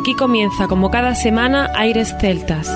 Aquí comienza, como cada semana, Aires Celtas.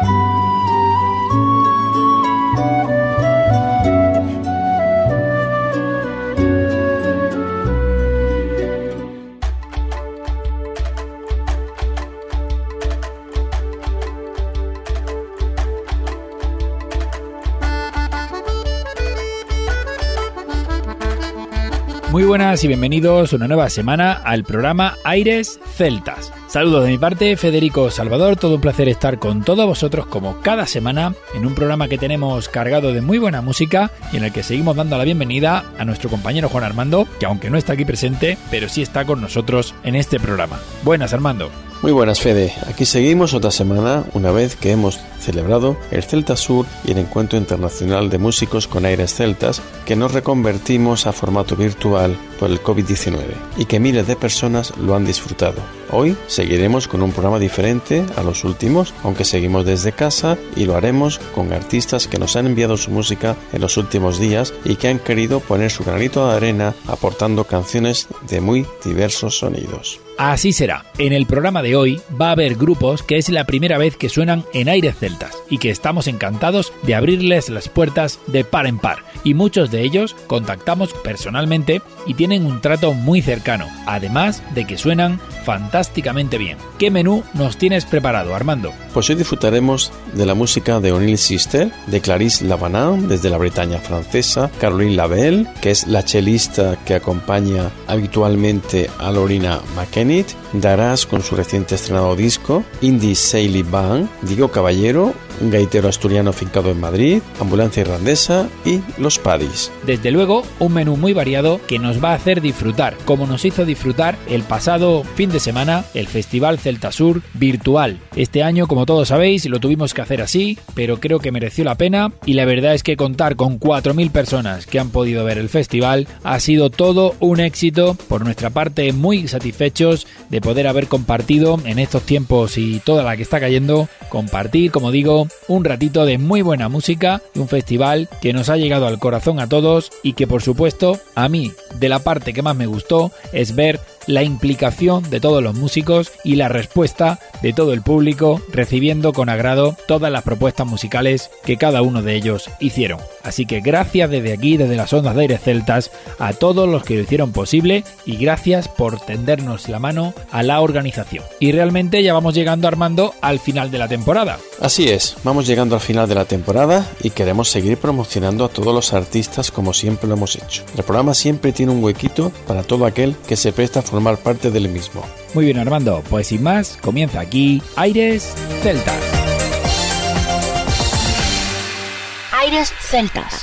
Muy buenas y bienvenidos una nueva semana al programa Aires Celtas. Saludos de mi parte, Federico Salvador, todo un placer estar con todos vosotros como cada semana en un programa que tenemos cargado de muy buena música y en el que seguimos dando la bienvenida a nuestro compañero Juan Armando, que aunque no está aquí presente, pero sí está con nosotros en este programa. Buenas, Armando. Muy buenas, Fede. Aquí seguimos otra semana, una vez que hemos celebrado el Celtasur y el Encuentro Internacional de Músicos con Aires Celtas, que nos reconvertimos a formato virtual por el COVID-19 y que miles de personas lo han disfrutado. Hoy seguiremos con un programa diferente a los últimos, aunque seguimos desde casa y lo haremos con artistas que nos han enviado su música en los últimos días y que han querido poner su granito de arena aportando canciones de muy diversos sonidos. Así será. En el programa de hoy va a haber grupos que es la primera vez que suenan en Aires Celtas y que estamos encantados de abrirles las puertas de par en par. Y muchos de ellos contactamos personalmente y tienen un trato muy cercano, además de que suenan fantásticamente bien. ¿Qué menú nos tienes preparado, Armando? Pues hoy disfrutaremos de la música de O'Neill Sister, de Clarisse Lavanant desde la Bretaña francesa, Caroline Labelle, que es la chelista que acompaña habitualmente a Lorina McKennitt, Darás con su reciente estrenado disco, Indie Saily Band, Diego Caballero, un gaitero asturiano fincado en Madrid, Ambulancia Irlandesa y Los Paddies. Desde luego, un menú muy variado que nos va a hacer disfrutar, como nos hizo disfrutar el pasado fin de semana el Festival Celtasur virtual. Este año, como todos sabéis, lo tuvimos que hacer así, pero creo que mereció la pena y la verdad es que contar con 4.000 personas que han podido ver el festival ha sido todo un éxito. Por nuestra parte, muy satisfechos de poder haber compartido en estos tiempos y toda la que está cayendo, compartir, como digo, un ratito de muy buena música y un festival que nos ha llegado al corazón a todos y que, por supuesto, a mí, de la parte que más me gustó es ver la implicación de todos los músicos y la respuesta de todo el público, recibiendo con agrado todas las propuestas musicales que cada uno de ellos hicieron. Así que gracias desde aquí, desde las ondas de Aires Celtas, a todos los que lo hicieron posible y gracias por tendernos la mano a la organización. Y realmente ya vamos llegando, Armando, al final de la temporada. Así es, vamos llegando al final de la temporada y queremos seguir promocionando a todos los artistas como siempre lo hemos hecho. El programa siempre tiene un huequito para todo aquel que se presta a formar parte del mismo. Muy bien, Armando, pues sin más, comienza aquí Aires Celtas. Aires Celtas.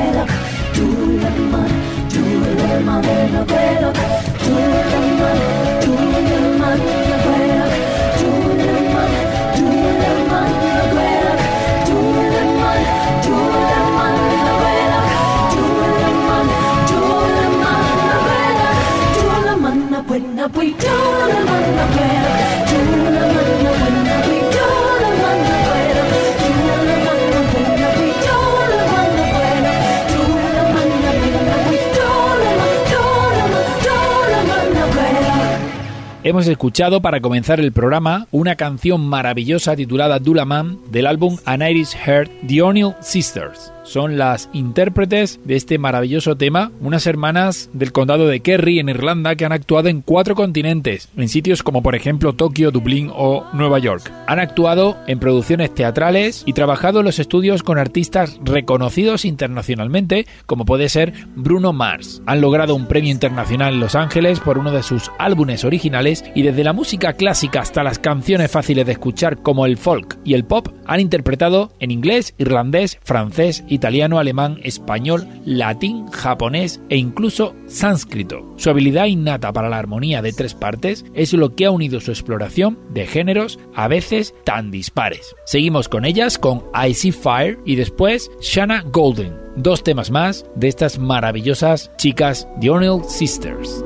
Hemos escuchado para comenzar el programa una canción maravillosa titulada Dulaman del álbum An Irish Heart, The O'Neill Sisters. Son las intérpretes de este maravilloso tema, unas hermanas del condado de Kerry en Irlanda que han actuado en 4 continentes, en sitios como por ejemplo Tokio, Dublín o Nueva York. Han actuado en producciones teatrales y trabajado en los estudios con artistas reconocidos internacionalmente, como puede ser Bruno Mars. Han logrado un premio internacional en Los Ángeles por uno de sus álbumes originales y desde la música clásica hasta las canciones fáciles de escuchar como el folk y el pop, han interpretado en inglés, irlandés, francés, italiano, alemán, español, latín, japonés e incluso sánscrito. Su habilidad innata para la armonía de 3 partes es lo que ha unido su exploración de géneros a veces tan dispares. Seguimos con ellas con I See Fire y después Shanna Golden, 2 temas más de estas maravillosas chicas The O'Neill Sisters.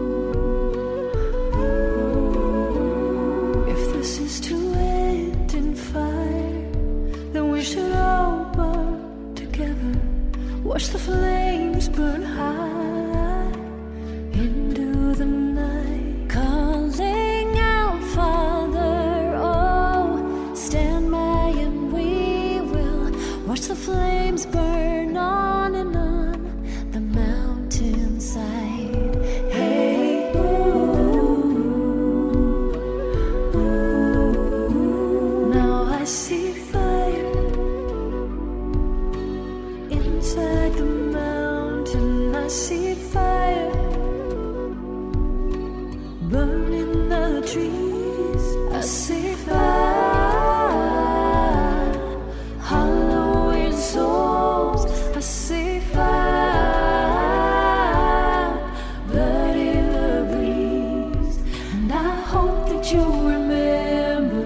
Watch the flames burn high into the night, calling out, Father, oh, stand by and we will watch the flames burn on and on the mountainside. Hey, ooh, ooh, now I see fire inside the mountain. I see fire burning the trees. I see fire hollowing souls. I see fire blood in the breeze, and I hope that you'll remember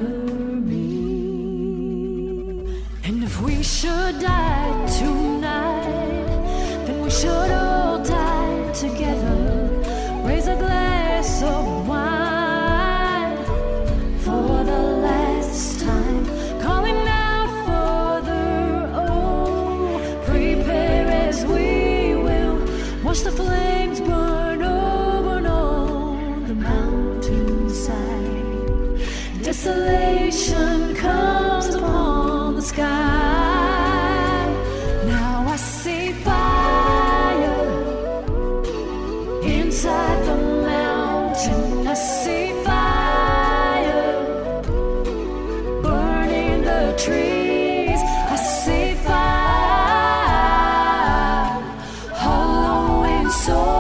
me. And if we should die tonight, then we should all die together. Raise a glass of wine for the last time, calling out, Father, oh, prepare as we will watch the flames burn over on the mountainside. Desolation comes upon the sky. Now I see fire inside the mountain. I see fire burning the trees. I see fire hollowing souls.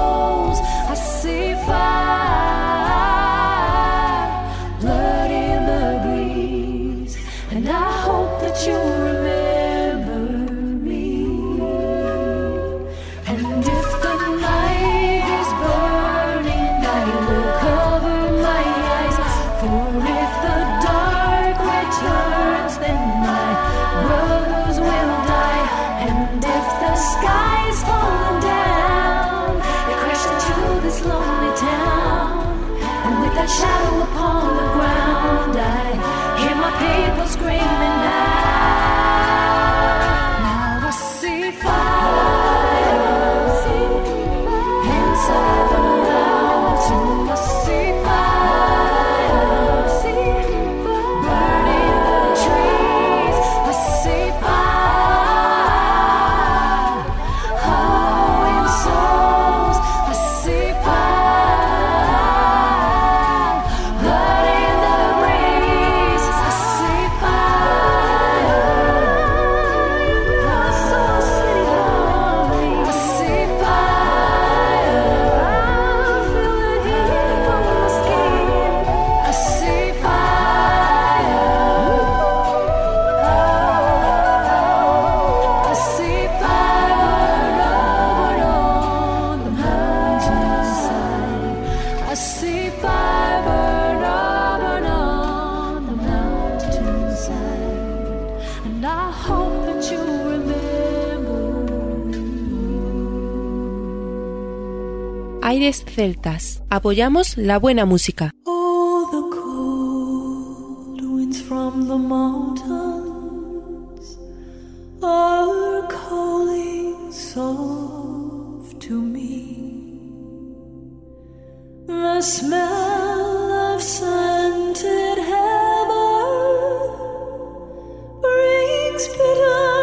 Aires Celtas. Apoyamos la buena música. Oh, the cold winds from the mountains are calling soft to me. The smell of scented heather brings bitter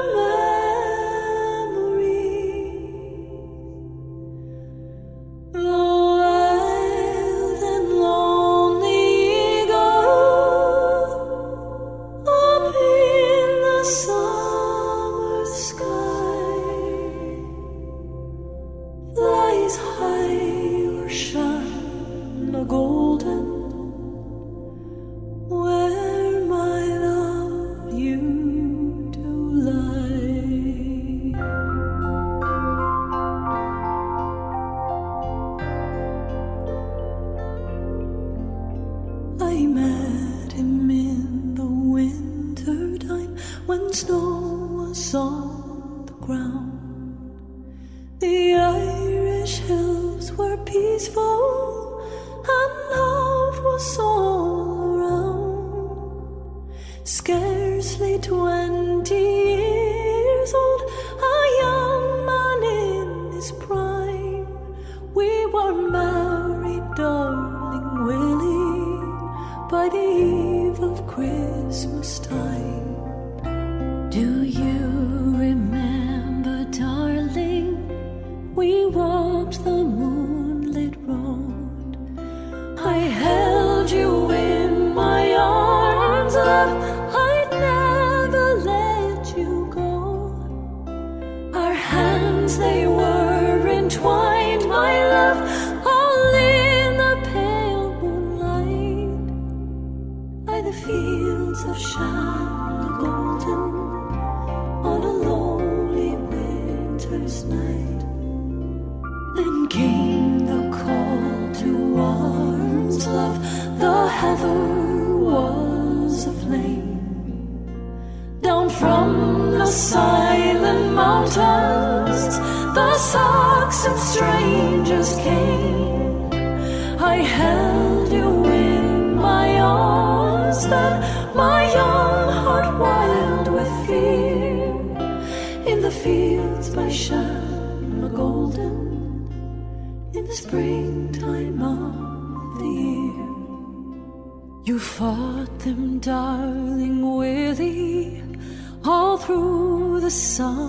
You fought them, darling Willie, all through the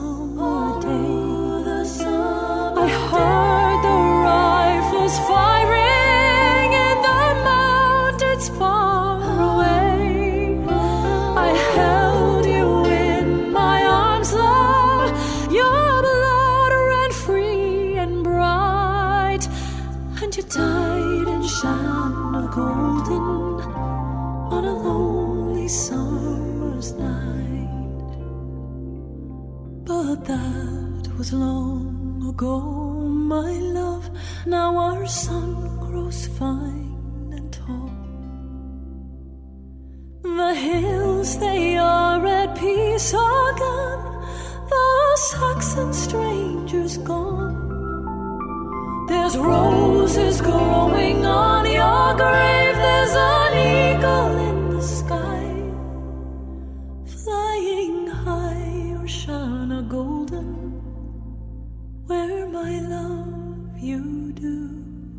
summer day. I heard the rifles firing in the mountains far away. I held you in my arms, love. Your blood ran free and bright, and you died in Shanna golden on a lonely summer's night. But that was long ago, my love. Now our son grows fine and tall. The hills, they are at peace again, the Saxon strangers gone. There's roses growing on your grave, there's an eagle in the sky, flying high, Oceana golden, where my love you do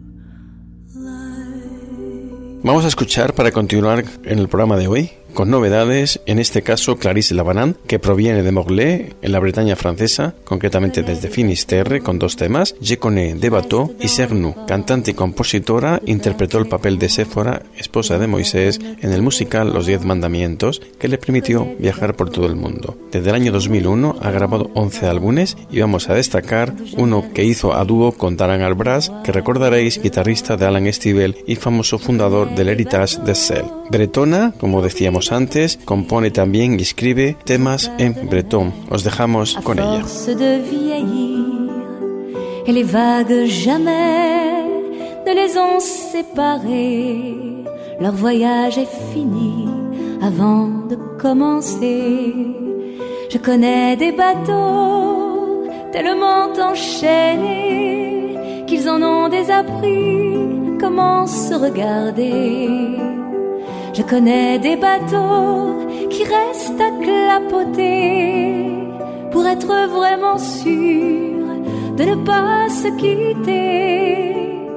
lie. Vamos a escuchar para continuar en el programa de hoy con novedades, en este caso Clarisse Lavanant, que proviene de Morlaix, en la Bretaña francesa, concretamente desde Finisterre, con dos temas, Je connais de bateau y Cernou. Cantante y compositora, interpretó el papel de Séfora, esposa de Moisés, en el musical Los 10 Mandamientos, que le permitió viajar por todo el mundo. Desde el año 2001 ha grabado 11 álbumes y vamos a destacar uno que hizo a dúo con Darren Albras, que recordaréis, guitarrista de Alan Stivell y famoso fundador del Heritage de Cell. Bretona, como decíamos antes, compone también y escribe temas en bretón. Os dejamos con ella. À force de vieillir, et les vagues jamais ne les ont séparés. Leur voyage est fini avant de commencer. Je connais des bateaux tellement enchaînés qu'ils en ont appris comment se regarder. Je connais des bateaux qui restent à clapoter pour être vraiment sûr de ne pas se quitter.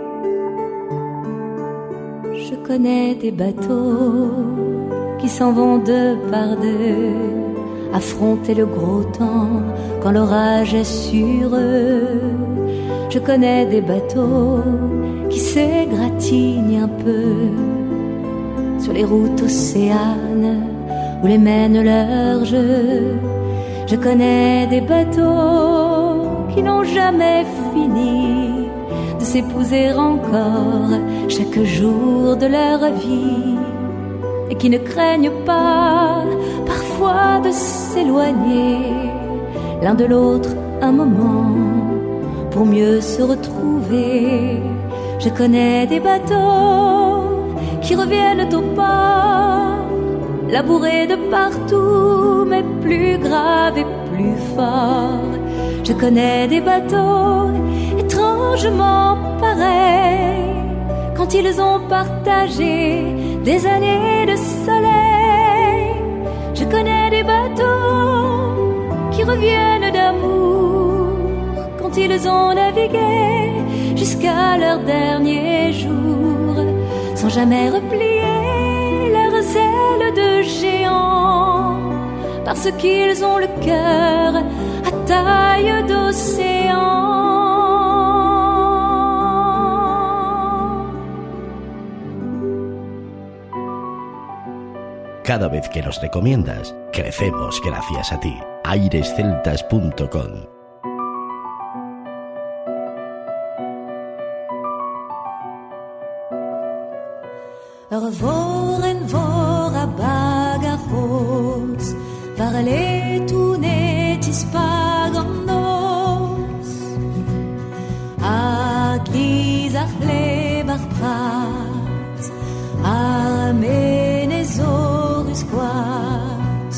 Je connais des bateaux qui s'en vont deux par deux, affronter le gros temps quand l'orage est sur eux. Je connais des bateaux qui s'égratignent un peu sur les routes océanes où les mène leur jeu. Je connais des bateaux qui n'ont jamais fini de s'épouser encore chaque jour de leur vie et qui ne craignent pas parfois de s'éloigner l'un de l'autre un moment pour mieux se retrouver. Je connais des bateaux qui reviennent au port, labourés de partout, mais plus graves et plus forts. Je connais des bateaux étrangement pareils quand ils ont partagé des années de soleil. Je connais des bateaux qui reviennent d'amour quand ils ont navigué jusqu'à leur dernier jour, sans jamais replier leurs ailes de géants, parce qu'ils ont le cœur à taille d'océan. Cada vez que nos recomiendas, crecemos gracias a ti. airesceltas.com. Voren våra bagaros, varle tu netis paganos, aglizach lebar prat, armenes oris quat,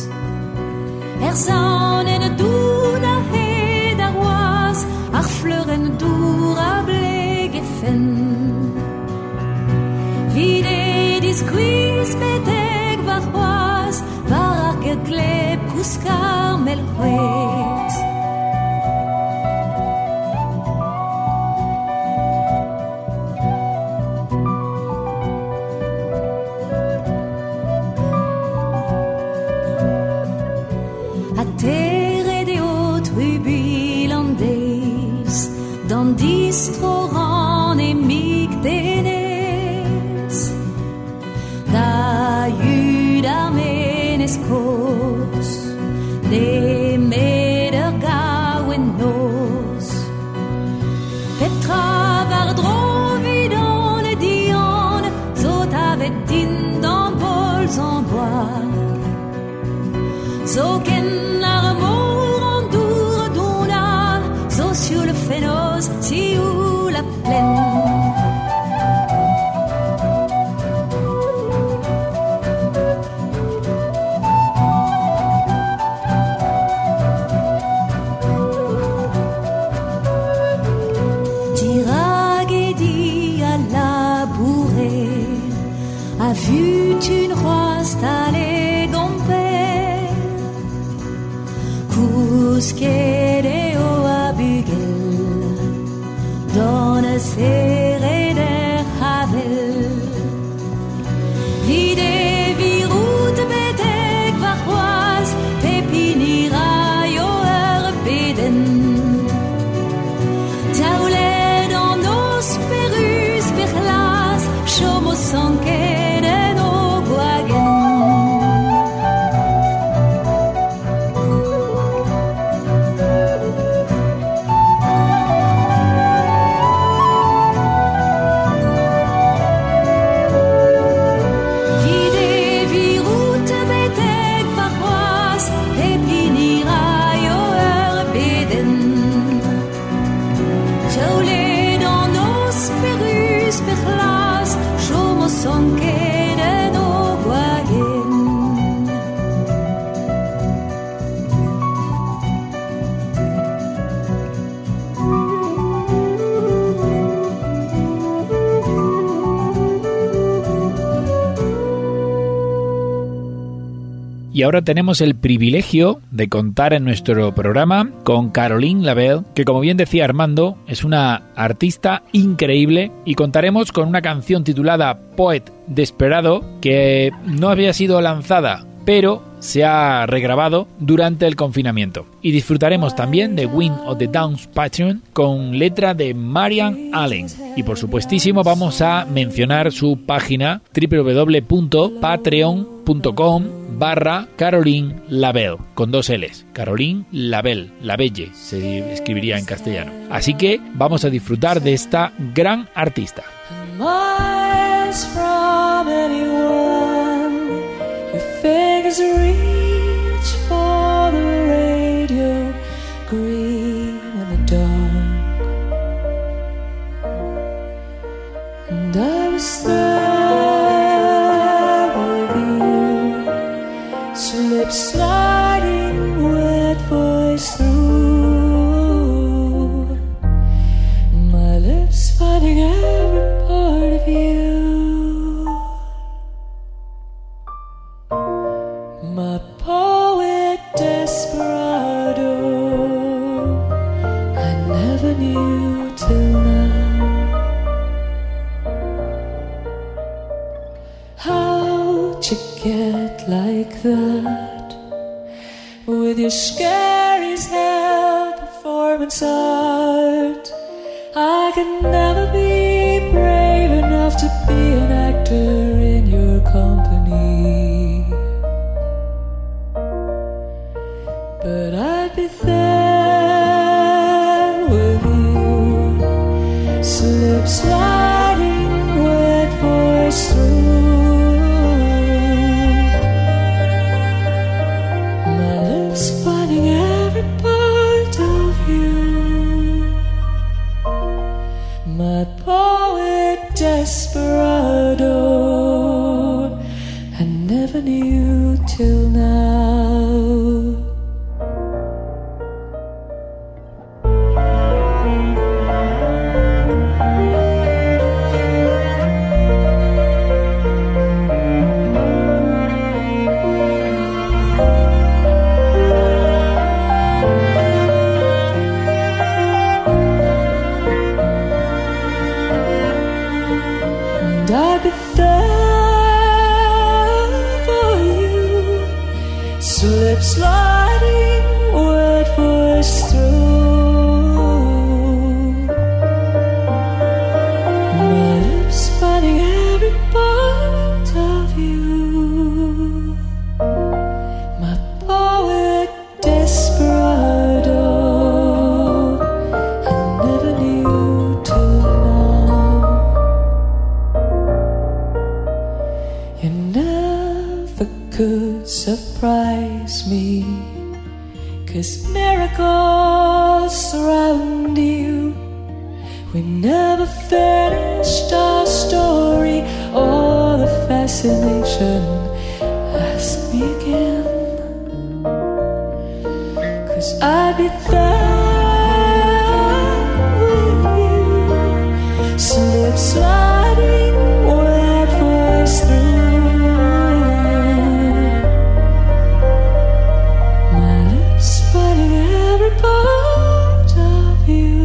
ersanen duna hedaroas, arfleuren durable gefen, Squeeze meteg varroas, var gegleb kuskar melhuet. A terre de autres bilandes, dans distroran et migdenes. Cos de meder gawen nos Petra var drovi dans le dion Zot avet din dans bols en bois Zo ken armour en dour dona Zo sur le fénos si ou la plaine Vu une roise t'allait gomper Cusquede o abugel Donne serre der havel Vide virut beteg varroise Pépinira yo erbeden Taule dans nos perus perlas Chomo sanke Y ahora tenemos el privilegio de contar en nuestro programa con Caroline Labelle, que como bien decía Armando, es una artista increíble, y contaremos con una canción titulada Poet Desperado, que no había sido lanzada, pero se ha regrabado durante el confinamiento. Y disfrutaremos también de Wind of the Downs Patron con letra de Marian Allen. Y por supuestísimo vamos a mencionar su página www.patreon.com/Caroline Labelle, con 2 L's. Caroline Labelle, Labelle se escribiría en castellano. Así que vamos a disfrutar de esta gran artista. Fingers reach for the radio, green in the dark, and I was there with you, slip sliding, wet voice through my lips, finding every part of you. My poet desperado, I never knew till now how'd you get like that with your scary hell performance art. I could never be brave enough to be an actor in your company, but I'd be there with you, slip sliding, wet voice through my lips, finding every part of you. My poet desperado, I never knew till now. I'd be there for you, slip sliding, wet voice through my lips, finding every part of you. My poet desperado, I never knew till now. You never could surprise me, 'cause miracles surround you. We never finished our story or the fascination. Ask me again, 'cause I'd be there with you, slip sliding, wet voice through my lips, finding every part of you.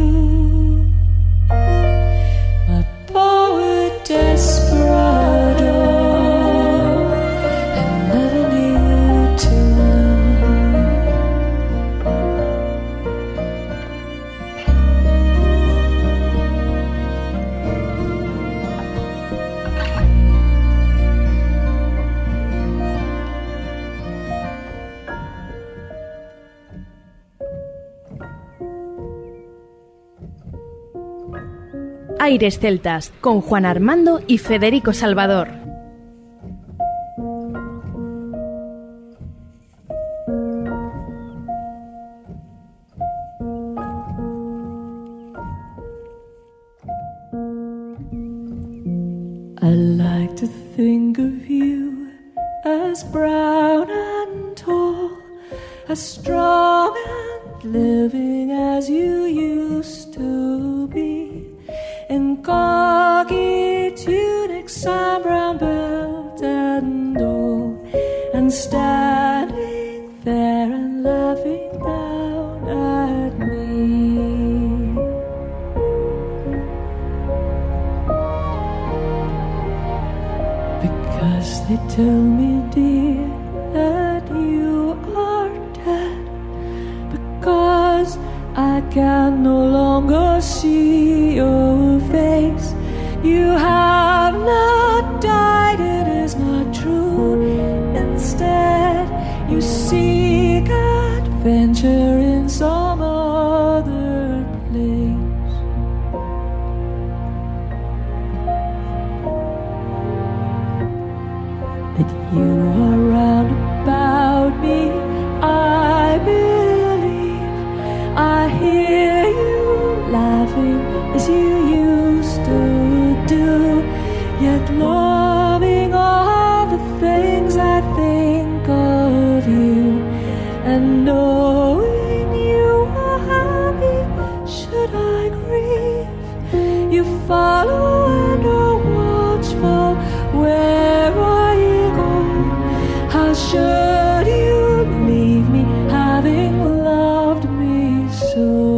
My poet desperado, I never knew till now. Aires Celtas, con Juan Armando y Federico Salvador. I like to think of you as brown and tall, as strong and living as you used to be, in khaki tunic, some brown belt and all, and stand they tell me, dear, that you are dead, because I can no longer see your face. You have not died, it is not true. Instead, you seek adventure in some other place. That you are round about me, I believe. I hear you laughing as you used to do, yet loving all the things I think of you, and knowing you are happy, should I grieve? You follow and are watchful, where I go. How should you leave me, having loved me so?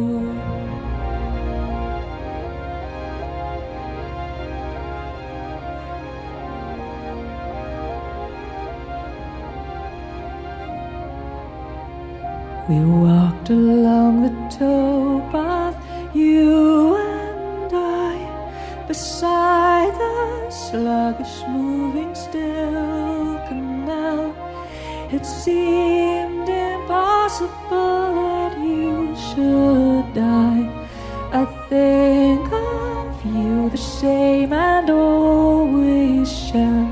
We walked along the towpath, you and I, beside the sluggish moving still canal. It seemed impossible that you should die. I think of you the same and always shall.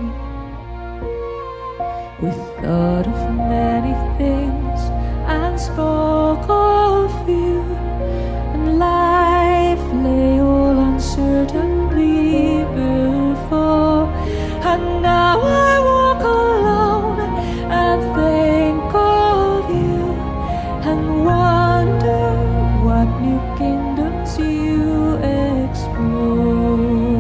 We thought of many things and spoke of you, and life lay all uncertainly before. And now I walk alone and think of you, and wonder what new kingdoms you explore.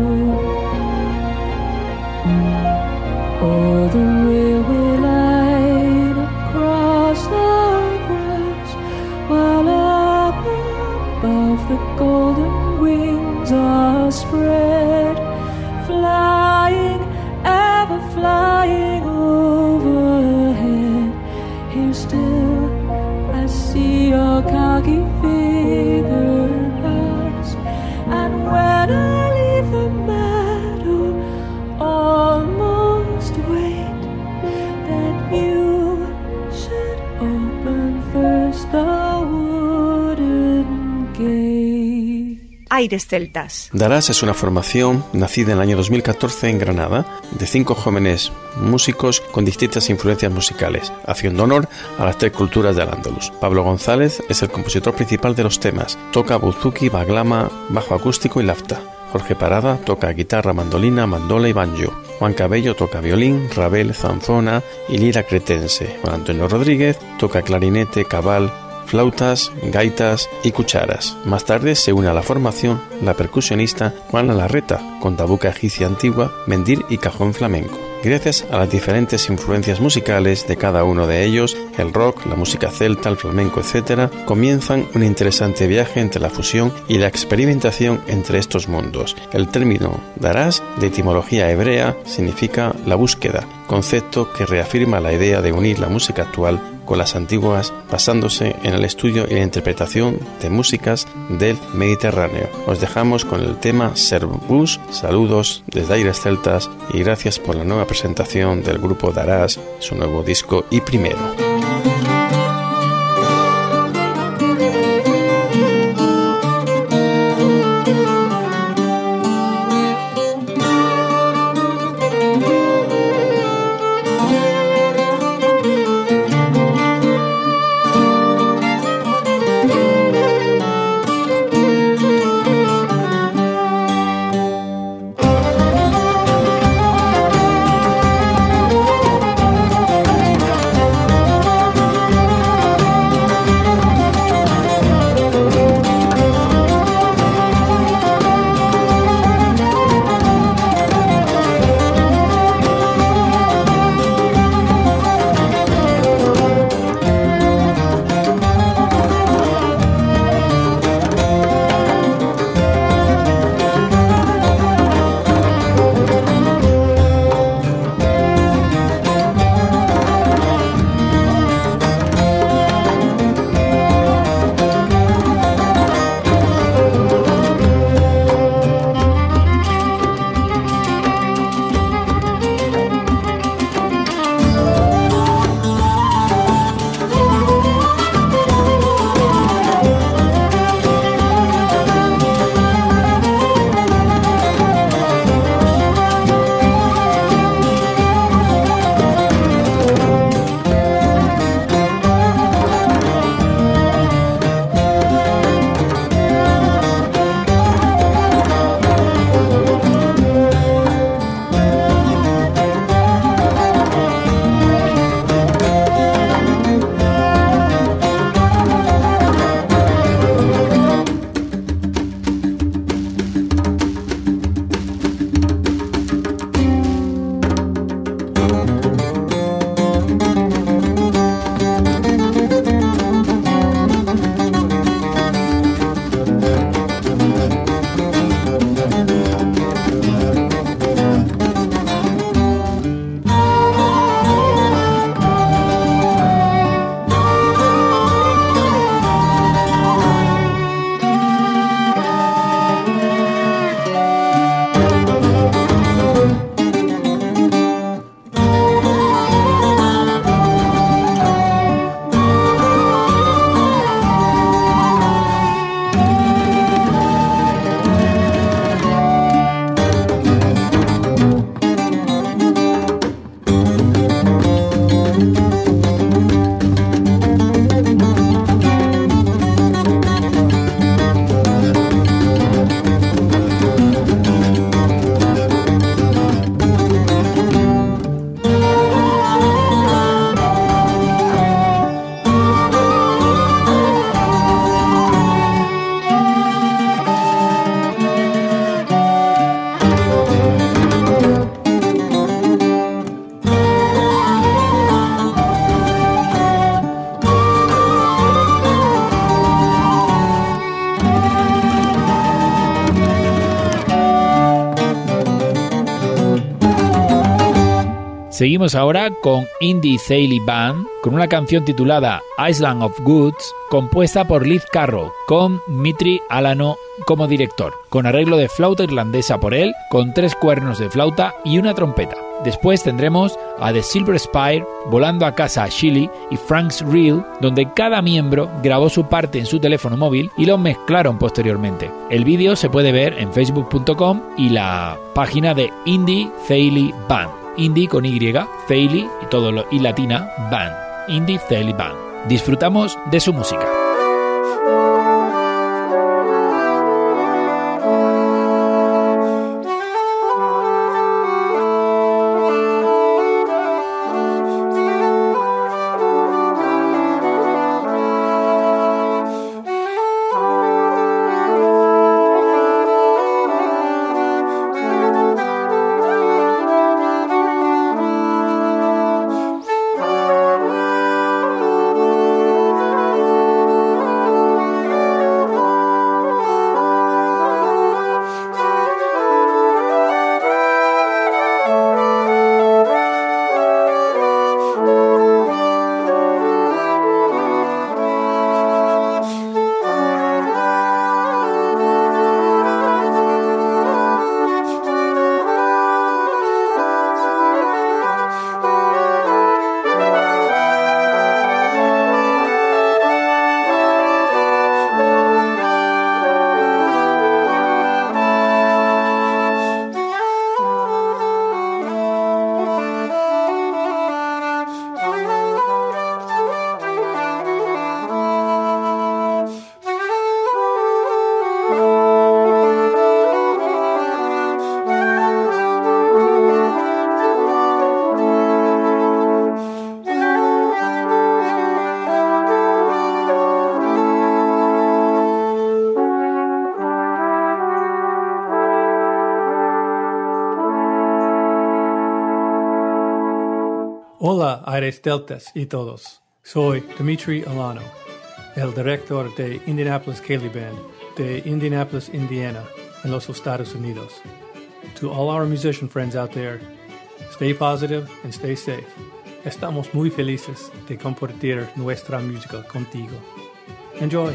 Oh, the railway line across the grass, while up above the golden wings are spread, flying, ever flying overhead. Here still I see your khaki figure pass, and when I leave the meadow, almost wait that you should open first the wooden gate. Aires celtas. Darás es una formación nacida en el año 2014 en Granada, de 5 jóvenes músicos con distintas influencias musicales, haciendo honor a las 3 culturas del Al-Ándalus. Pablo González es el compositor principal de los temas, toca buzuki, baglama, bajo acústico y lafta. Jorge Parada toca guitarra, mandolina, mandola y banjo. Juan Cabello toca violín, rabel, zanfona y lira cretense. Juan Antonio Rodríguez toca clarinete, cabal, flautas, gaitas y cucharas. Más tarde se une a la formación la percusionista Juana Larreta, con tabuca egipcia antigua, mendir y cajón flamenco. Gracias a las diferentes influencias musicales de cada uno de ellos, el rock, la música celta, el flamenco, etc., comienzan un interesante viaje entre la fusión y la experimentación entre estos mundos. El término darás, de etimología hebrea, significa la búsqueda, concepto que reafirma la idea de unir la música actual con las antiguas, basándose en el estudio y la interpretación de músicas del Mediterráneo. Os dejamos con el tema Servus. Saludos desde Aires Celtas y gracias por la nueva presentación del grupo Darás, su nuevo disco y primero. Seguimos ahora con Indie Thaily Band, con una canción titulada Island of Goods, compuesta por Liz Carroll, con Dmitri Alano como director, con arreglo de flauta irlandesa por él, con 3 cuernos de flauta y una trompeta. Después tendremos a The Silver Spire, Volando a casa a Chile y Frank's Reel, donde cada miembro grabó su parte en su teléfono móvil y lo mezclaron posteriormente. El vídeo se puede ver en facebook.com y la página de Indie Thaily Band. Indie con Y, Thaily y todo lo y latina Band. Indie Thaily Band. Disfrutamos de su música. Hola, Aires Deltas y todos. Soy Dmitri Alano, el director de Indianapolis Ceilidh Band de Indianapolis, Indiana, en los Estados Unidos. To all our musician friends out there, stay positive and stay safe. Estamos muy felices de compartir nuestra música contigo. Enjoy!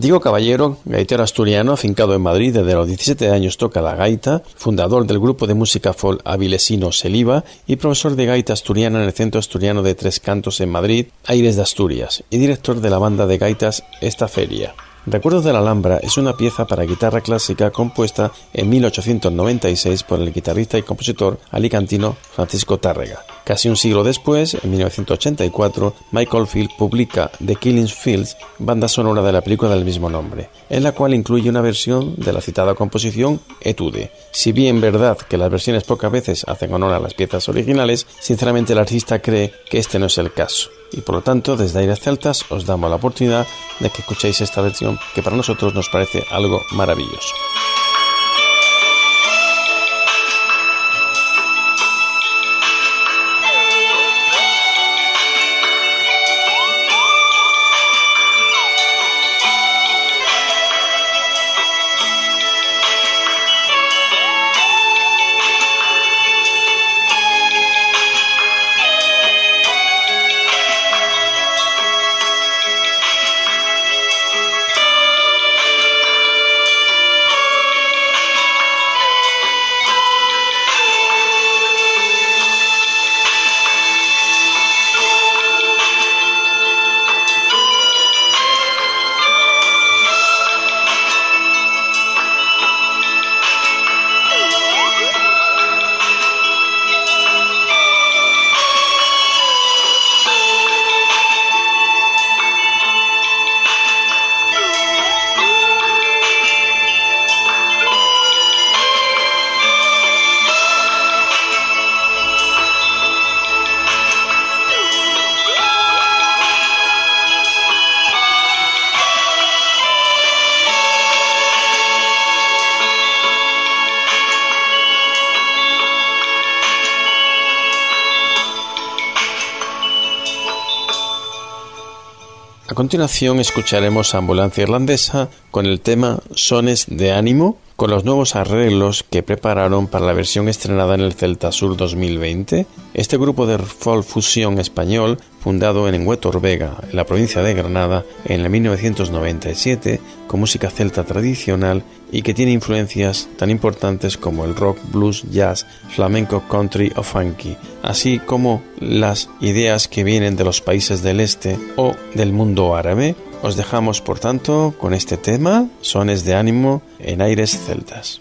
Diego Caballero, gaitero asturiano, afincado en Madrid desde los 17 años, toca la gaita, fundador del grupo de música folk avilesino Seliva y profesor de gaita asturiana en el Centro Asturiano de Tres Cantos en Madrid, Aires de Asturias, y director de la banda de gaitas Esta Feria. Recuerdos de la Alhambra es una pieza para guitarra clásica compuesta en 1896 por el guitarrista y compositor alicantino Francisco Tárrega. Casi un siglo después, en 1984, Michael Field publica The Killing Fields, banda sonora de la película del mismo nombre, en la cual incluye una versión de la citada composición Etude. Si bien verdad que las versiones pocas veces hacen honor a las piezas originales, sinceramente el artista cree que este no es el caso. Y por lo tanto, desde Aires Celtas os damos la oportunidad de que escuchéis esta versión que para nosotros nos parece algo maravilloso. A continuación escucharemos a Ambulancia Irlandesa con el tema Sones de Ánimo, con los nuevos arreglos que prepararon para la versión estrenada en el Celta Sur 2020. Este grupo de folk fusión español, fundado en Huetor Vega, en la provincia de Granada, en el 1997, con música celta tradicional y que tiene influencias tan importantes como el rock, blues, jazz, flamenco, country o funky, así como las ideas que vienen de los países del este o del mundo árabe. Os dejamos, por tanto, con este tema, Sones de Ánimo, en Aires Celtas.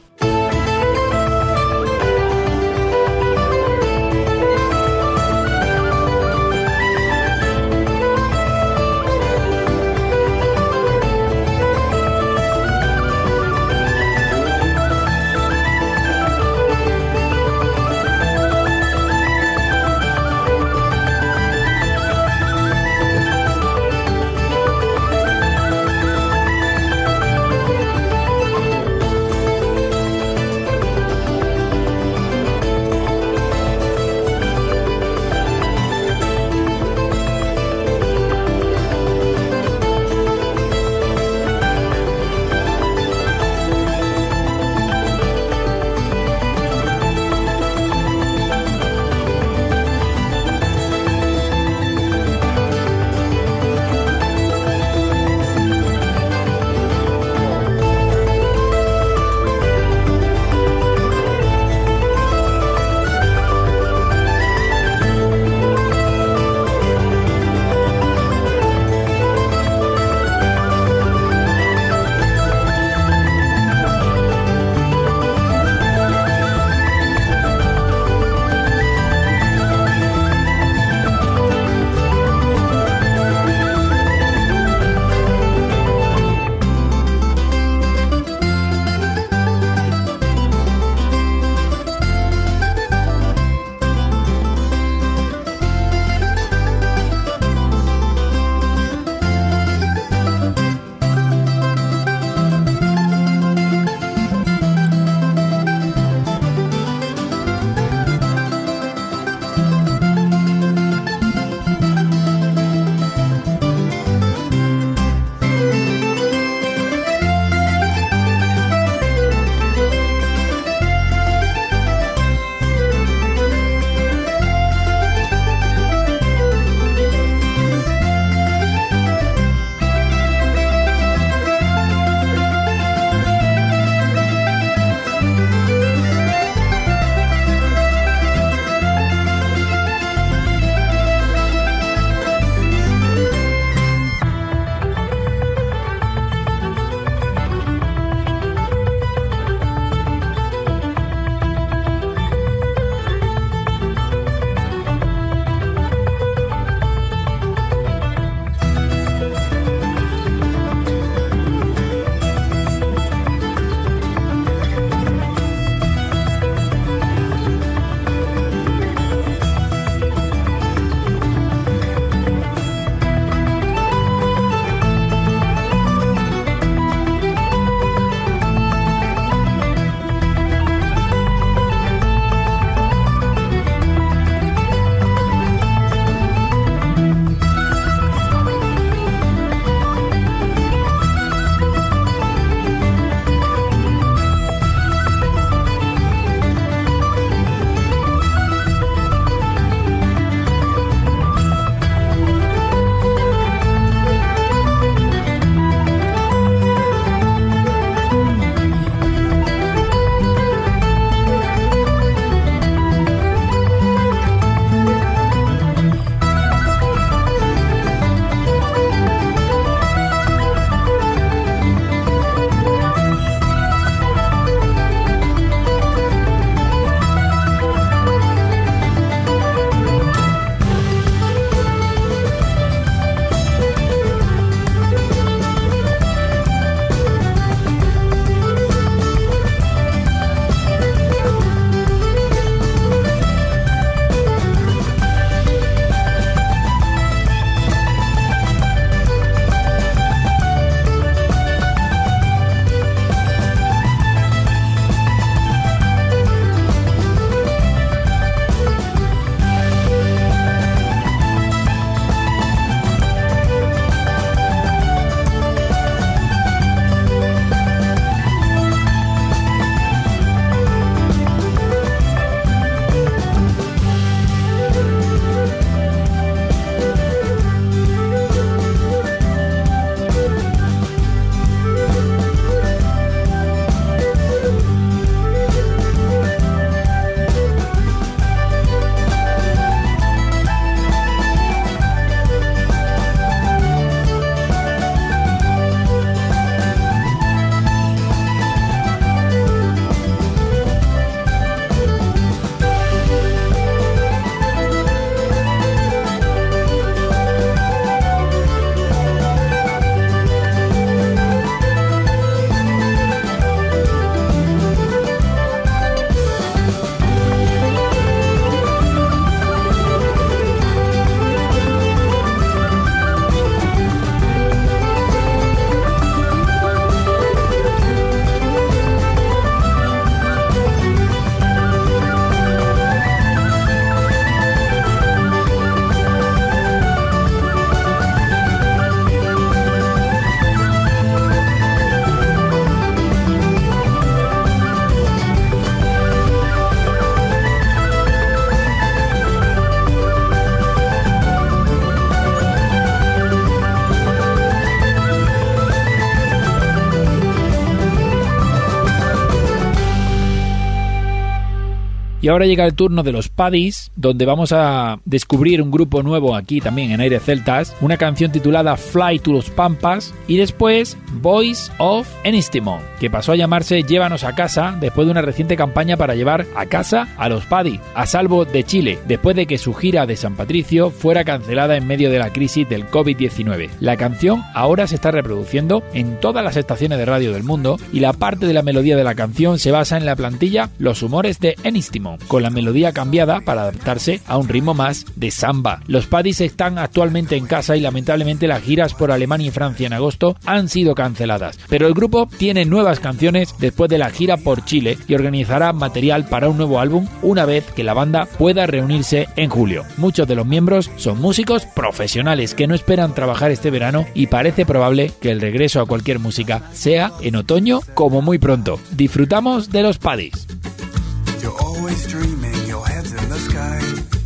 Y ahora llega el turno de los Paddies, donde vamos a descubrir un grupo nuevo aquí también en Aires Celtas, una canción titulada Fly to los Pampas, y después Voice of Enistimo, que pasó a llamarse Llévanos a casa después de una reciente campaña para llevar a casa a los Paddies, a salvo de Chile, después de que su gira de San Patricio fuera cancelada en medio de la crisis del COVID-19. La canción ahora se está reproduciendo en todas las estaciones de radio del mundo y la parte de la melodía de la canción se basa en la plantilla Los humores de Enistimo, con la melodía cambiada para adaptarse a un ritmo más de samba. Los Paddies están actualmente en casa y lamentablemente las giras por Alemania y Francia en agosto han sido canceladas, pero el grupo tiene nuevas canciones después de la gira por Chile y organizará material para un nuevo álbum una vez que la banda pueda reunirse en julio. Muchos de los miembros son músicos profesionales que no esperan trabajar este verano y parece probable que el regreso a cualquier música sea en otoño como muy pronto. Disfrutamos de los Paddies. You're always dreaming, your head's in the sky.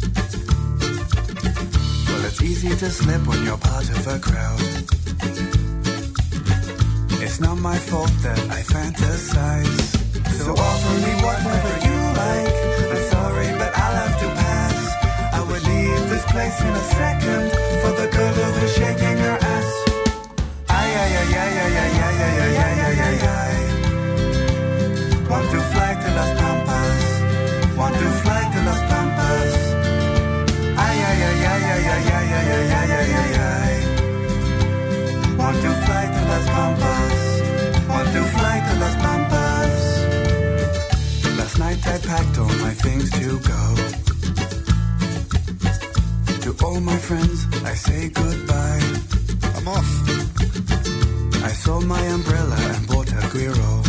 Well, it's easy to slip when you're part of a crowd. It's not my fault that I fantasize. So offer me whatever you like. I'm sorry, but I'll have to pass. I would leave this place in a second for the girl who is shaking her ass. Ay, ay, ay, ay, ay, ay, ay, ay, ay, ay, ay, ay, ay. Want to fly to Las Pampas. Want to fly to Las Pampas. Ay, ay, ay, ay, ay, ay, ay, ay, ay, ay, ay, ay, ay. Want to fly to Las Pampas. Want to fly to Las Pampas. Last night I packed all my things to go. To all my friends I say goodbye. I'm off. I sold my umbrella and bought a Guiro.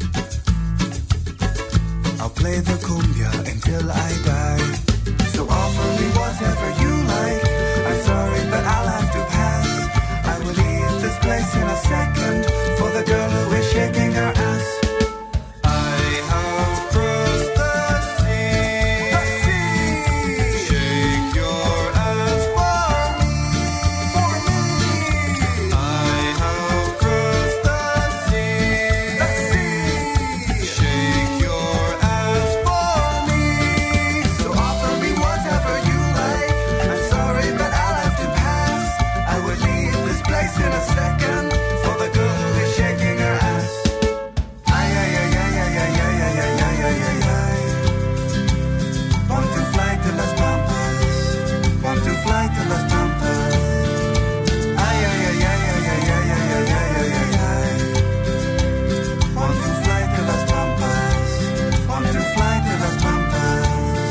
I'll play the cumbia until I die. So offer me whatever you like. I'm sorry, but I'll have to pass. I will leave this place in a second for the girl who is shaking her ass. I have crossed the sea. The sea. Shake your ass for me. For me. I have crossed the sea. The sea. Shake your ass for me. So offer me whatever you like. I'm sorry, but I'll have to pass. I would leave this place in a second for the girl who is shaking her ass. Ay, ay, ay, ay, ay, ay, ay, ay, ay, ay, ay, ay, ay. Want to fly to Las Pampas. Want to fly to Las Pampas. Ay, ay, ay, ay, ay, ay, ay, ay, ay, ay, ay, ay, ay. Want to fly to Las Pampas. Want to fly to Las Pampas.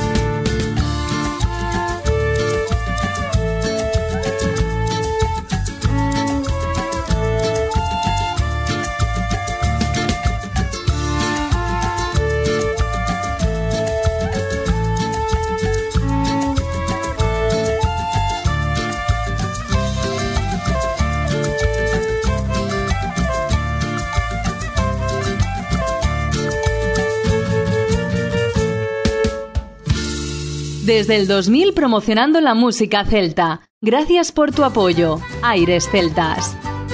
Desde el 2000 promocionando la música celta. Gracias por tu apoyo. Aires Celtas.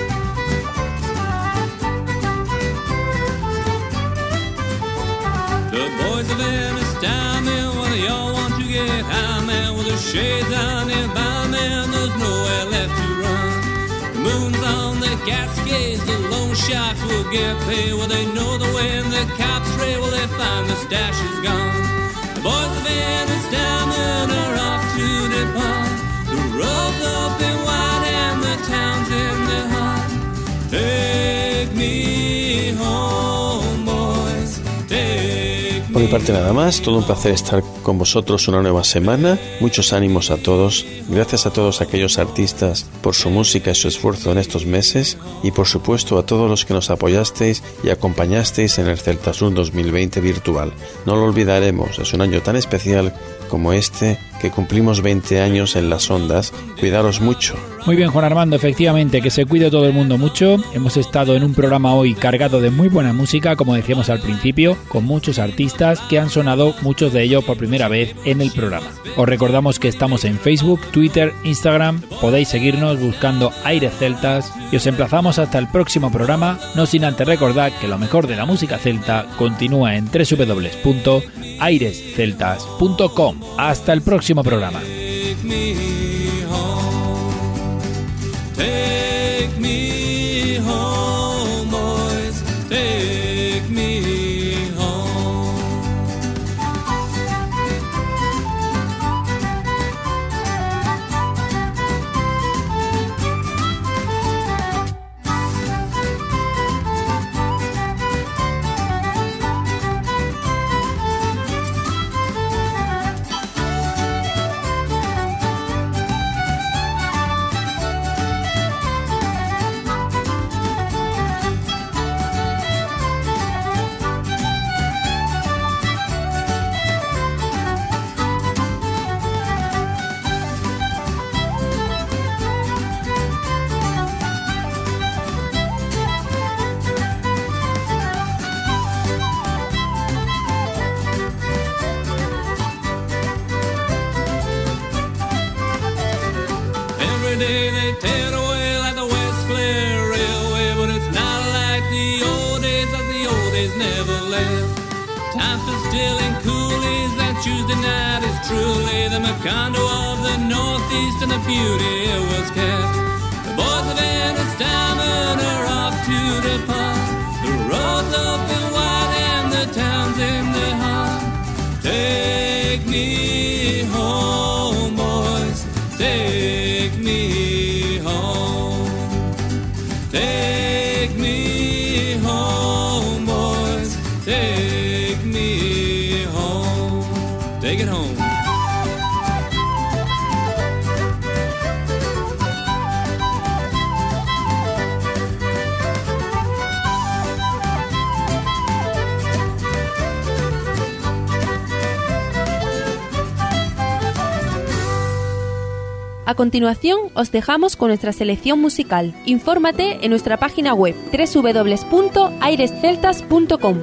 The boys of Ennis down there, well, they all want to get high, man. With the shades on nearby, man, there's nowhere left to run. The moon's on the Cascades, the loan sharks will get paid. Well, they know that when the cops raid, well, they find the stash is gone. The boys of Ennis down there are off to depart. The road's open wide and the town's in their heart. Take me home, boys, take me. Por mi parte nada más, todo un placer estar con vosotros una nueva semana, muchos ánimos a todos, gracias a todos aquellos artistas por su música y su esfuerzo en estos meses y por supuesto a todos los que nos apoyasteis y acompañasteis en el Celtasur 2020 virtual. No lo olvidaremos, es un año tan especial como este que cumplimos 20 años en las ondas. Cuidaros mucho. Muy bien, Juan Armando, efectivamente, que se cuide todo el mundo mucho. Hemos estado en un programa hoy cargado de muy buena música, como decíamos al principio, con muchos artistas que han sonado, muchos de ellos por primera vez en el programa. Os recordamos que estamos en Facebook, Twitter, Instagram, podéis seguirnos buscando Aires Celtas y os emplazamos hasta el próximo programa, no sin antes recordar que lo mejor de la música celta continúa en www.radiocelta.com. airesceltas.com. Hasta el próximo programa. Tuesday night is truly the Macondo of the Northeast, and the beauty was kept. The boys of Ennistalmen are off to depart. The roads open wide and the town's in the heart. Take me home, boys, take me home. Take me home, boys, take me home. Take it home. A continuación, os dejamos con nuestra selección musical. Infórmate en nuestra página web www.airesceltas.com.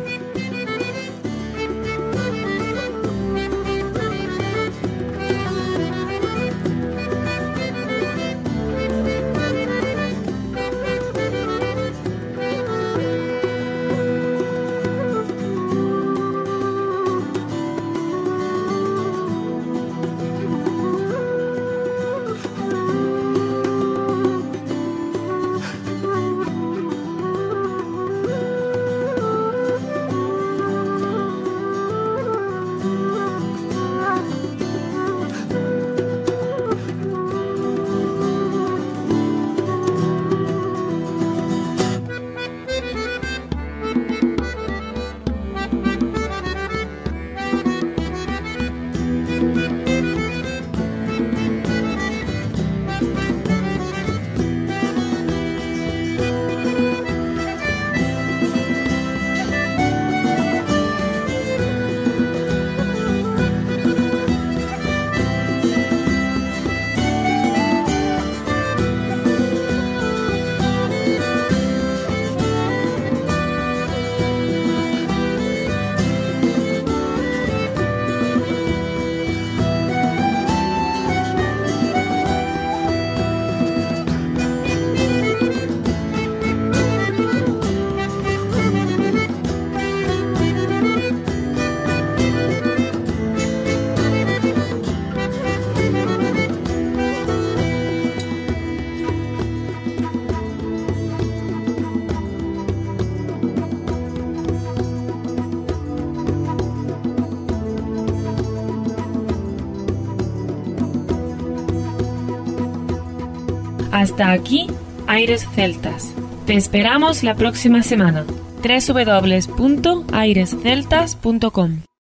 Hasta aquí, Aires Celtas. Te esperamos la próxima semana. www.airesceltas.com